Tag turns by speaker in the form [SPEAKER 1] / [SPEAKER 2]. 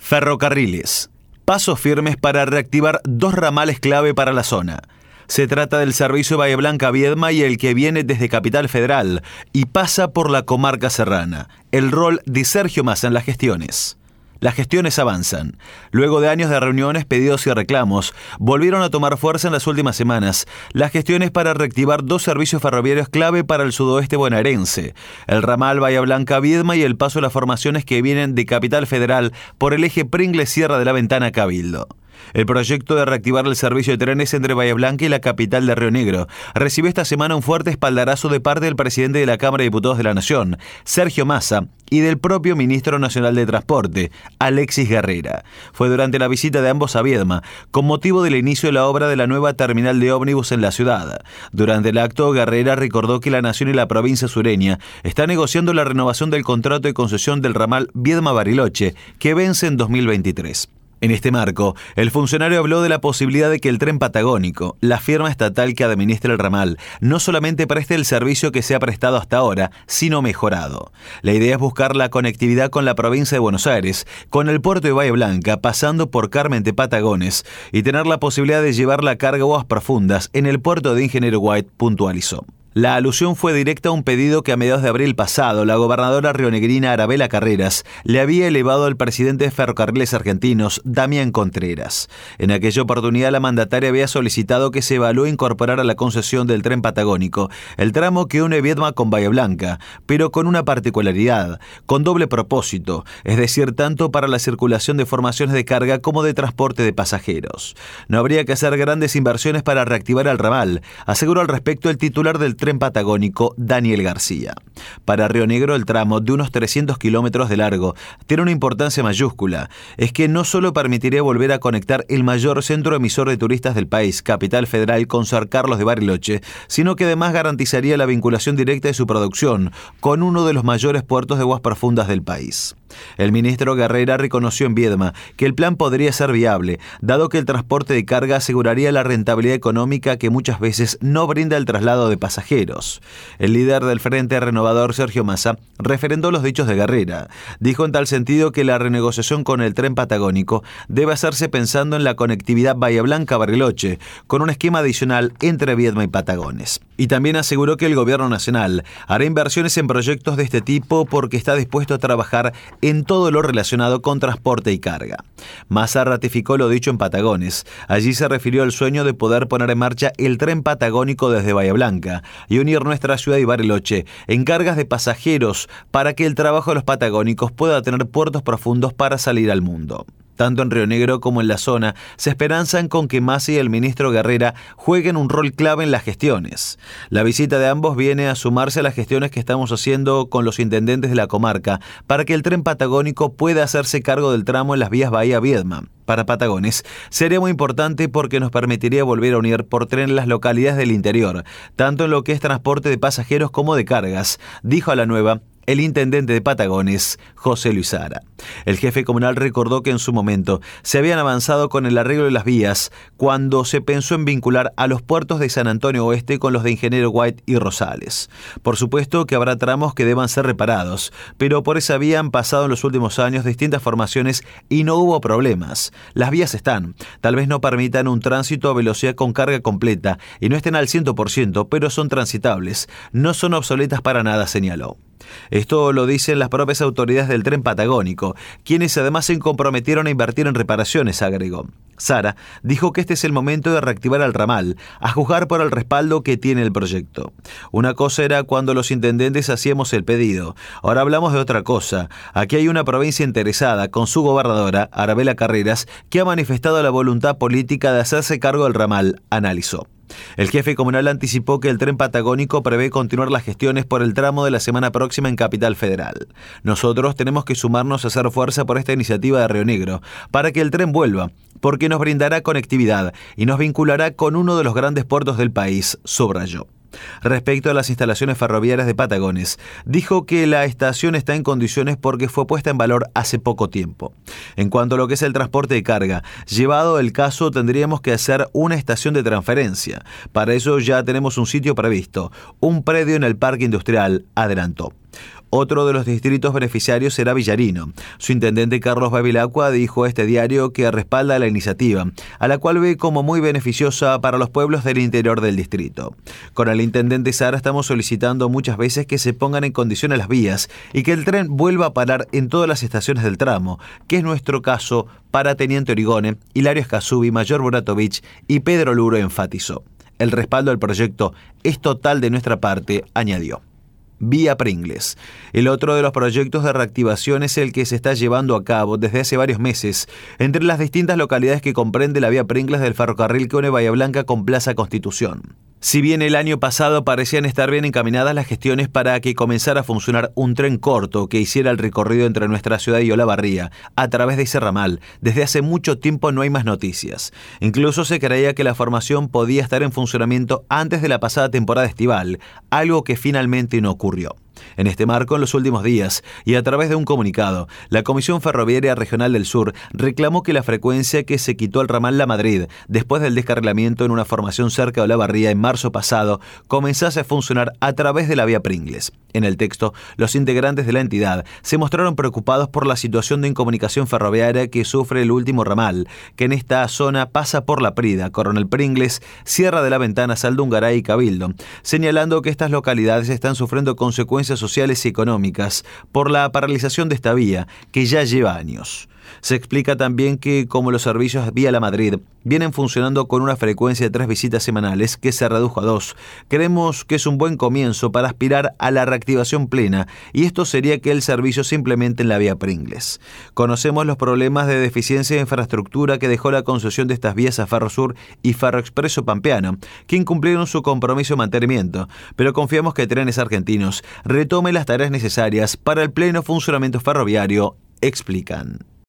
[SPEAKER 1] Ferrocarriles. Pasos firmes para reactivar 2 ramales clave para la zona. Se trata del servicio Bahía Blanca-Viedma y el que viene desde Capital Federal y pasa por la comarca serrana. El rol de Sergio Massa en las gestiones. Las gestiones avanzan. Luego de años de reuniones, pedidos y reclamos, volvieron a tomar fuerza en las últimas semanas las gestiones para reactivar 2 servicios ferroviarios clave para el sudoeste bonaerense: el ramal Bahía Blanca-Viedma y el paso de las formaciones que vienen de Capital Federal por el eje Pringles-Sierra de la Ventana-Cabildo. El proyecto de reactivar el servicio de trenes entre Bahía Blanca y la capital de Río Negro recibió esta semana un fuerte espaldarazo de parte del presidente de la Cámara de Diputados de la Nación, Sergio Massa, y del propio ministro nacional de Transporte, Alexis Guerrera. Fue durante la visita de ambos a Viedma, con motivo del inicio de la obra de la nueva terminal de ómnibus en la ciudad. Durante el acto, Guerrera recordó que la Nación y la provincia sureña están negociando la renovación del contrato de concesión del ramal Viedma-Bariloche, que vence en 2023. En este marco, el funcionario habló de la posibilidad de que el Tren Patagónico, la firma estatal que administra el ramal, no solamente preste el servicio que se ha prestado hasta ahora, sino mejorado. La idea es buscar la conectividad con la provincia de Buenos Aires, con el puerto de Bahía Blanca, pasando por Carmen de Patagones, y tener la posibilidad de llevar la carga a aguas profundas en el puerto de Ingeniero White, puntualizó. La alusión fue directa a un pedido que a mediados de abril pasado la gobernadora rionegrina Arabela Carreras le había elevado al presidente de Ferrocarriles Argentinos, Damián Contreras. En aquella oportunidad la mandataria había solicitado que se evalúe incorporar a la concesión del Tren Patagónico el tramo que une Viedma con Bahía Blanca, pero con una particularidad, con doble propósito, es decir, tanto para la circulación de formaciones de carga como de transporte de pasajeros. No habría que hacer grandes inversiones para reactivar el ramal, aseguró al respecto el titular del Tren Patagónico, Daniel García. Para Río Negro, el tramo de unos 300 kilómetros de largo tiene una importancia mayúscula. Es que no solo permitiría volver a conectar el mayor centro emisor de turistas del país, Capital Federal, con San Carlos de Bariloche, sino que además garantizaría la vinculación directa de su producción con uno de los mayores puertos de aguas profundas del país. El ministro Guerrera reconoció en Viedma que el plan podría ser viable, dado que el transporte de carga aseguraría la rentabilidad económica que muchas veces no brinda el traslado de pasajeros. El líder del Frente Renovador, Sergio Massa, refrendó los dichos de Guerrera. Dijo en tal sentido que la renegociación con el Tren Patagónico debe hacerse pensando en la conectividad Bahía Blanca-Bariloche, con un esquema adicional entre Viedma y Patagones. Y también aseguró que el gobierno nacional hará inversiones en proyectos de este tipo porque está dispuesto a trabajar en todo lo relacionado con transporte y carga. Massa ratificó lo dicho en Patagones. Allí se refirió al sueño de poder poner en marcha el Tren Patagónico desde Bahía Blanca y unir nuestra ciudad y Bariloche en cargas de pasajeros para que el trabajo de los patagónicos pueda tener puertos profundos para salir al mundo. Tanto en Río Negro como en la zona, se esperanzan con que Massa y el ministro Guerrera jueguen un rol clave en las gestiones. La visita de ambos viene a sumarse a las gestiones que estamos haciendo con los intendentes de la comarca para que el Tren Patagónico pueda hacerse cargo del tramo en las vías Bahía-Viedma. Para Patagones sería muy importante porque nos permitiría volver a unir por tren las localidades del interior, tanto en lo que es transporte de pasajeros como de cargas, dijo a La Nueva el intendente de Patagones, José Luis Ara. El jefe comunal recordó que en su momento se habían avanzado con el arreglo de las vías cuando se pensó en vincular a los puertos de San Antonio Oeste con los de Ingeniero White y Rosales. Por supuesto que habrá tramos que deban ser reparados, pero por esa vía han pasado en los últimos años distintas formaciones y no hubo problemas. Las vías están, tal vez no permitan un tránsito a velocidad con carga completa y no estén al 100%, pero son transitables, no son obsoletas para nada, señaló. Esto lo dicen las propias autoridades del Tren Patagónico, quienes además se comprometieron a invertir en reparaciones, agregó. Sara dijo que este es el momento de reactivar el ramal, a juzgar por el respaldo que tiene el proyecto. Una cosa era cuando los intendentes hacíamos el pedido, ahora hablamos de otra cosa. Aquí hay una provincia interesada, con su gobernadora, Arabela Carreras, que ha manifestado la voluntad política de hacerse cargo del ramal, analizó. El jefe comunal anticipó que el Tren Patagónico prevé continuar las gestiones por el tramo de la semana próxima en Capital Federal. Nosotros tenemos que sumarnos a hacer fuerza por esta iniciativa de Río Negro, para que el tren vuelva, porque nos brindará conectividad y nos vinculará con uno de los grandes puertos del país, subrayó. Respecto a las instalaciones ferroviarias de Patagones, dijo que la estación está en condiciones porque fue puesta en valor hace poco tiempo. En cuanto a lo que es el transporte de carga, llevado el caso tendríamos que hacer una estación de transferencia. Para eso ya tenemos un sitio previsto, un predio en el parque industrial, adelantó. Otro de los distritos beneficiarios será Villarino. Su intendente Carlos Bevilacqua dijo a este diario que respalda la iniciativa, a la cual ve como muy beneficiosa para los pueblos del interior del distrito. Con el intendente Sara estamos solicitando muchas veces que se pongan en condiciones las vías y que el tren vuelva a parar en todas las estaciones del tramo, que es nuestro caso para Teniente Origone, Hilario Escasubi, Mayor Buratovich y Pedro Luro, enfatizó. El respaldo al proyecto es total de nuestra parte, añadió. Vía Pringles. El otro de los proyectos de reactivación es el que se está llevando a cabo desde hace varios meses entre las distintas localidades que comprende la vía Pringles del ferrocarril que une Bahía Blanca con Plaza Constitución. Si bien el año pasado parecían estar bien encaminadas las gestiones para que comenzara a funcionar un tren corto que hiciera el recorrido entre nuestra ciudad y Olavarría a través de ese ramal, desde hace mucho tiempo no hay más noticias. Incluso se creía que la formación podía estar en funcionamiento antes de la pasada temporada estival, algo que finalmente no ocurrió. En este marco, en los últimos días, y a través de un comunicado, la Comisión Ferroviaria Regional del Sur reclamó que la frecuencia que se quitó al ramal La Madrid, después del descarrilamiento en una formación cerca de Olavarría en marzo pasado, comenzase a funcionar a través de la vía Pringles. En el texto, los integrantes de la entidad se mostraron preocupados por la situación de incomunicación ferroviaria que sufre el último ramal, que en esta zona pasa por La Prida, Coronel Pringles, Sierra de la Ventana, Saldungaray y Cabildo, señalando que estas localidades están sufriendo consecuencias sociales y económicas por la paralización de esta vía, que ya lleva años. Se explica también que, como los servicios vía La Madrid vienen funcionando con una frecuencia de 3 visitas semanales que se redujo a 2, creemos que es un buen comienzo para aspirar a la reactivación plena, y esto sería que el servicio se implemente en la vía Pringles. Conocemos los problemas de deficiencia de infraestructura que dejó la concesión de estas vías a Ferrosur y Ferroexpreso Pampeano, que incumplieron su compromiso de mantenimiento, pero confiamos que Trenes Argentinos retome las tareas necesarias para el pleno funcionamiento ferroviario, explican.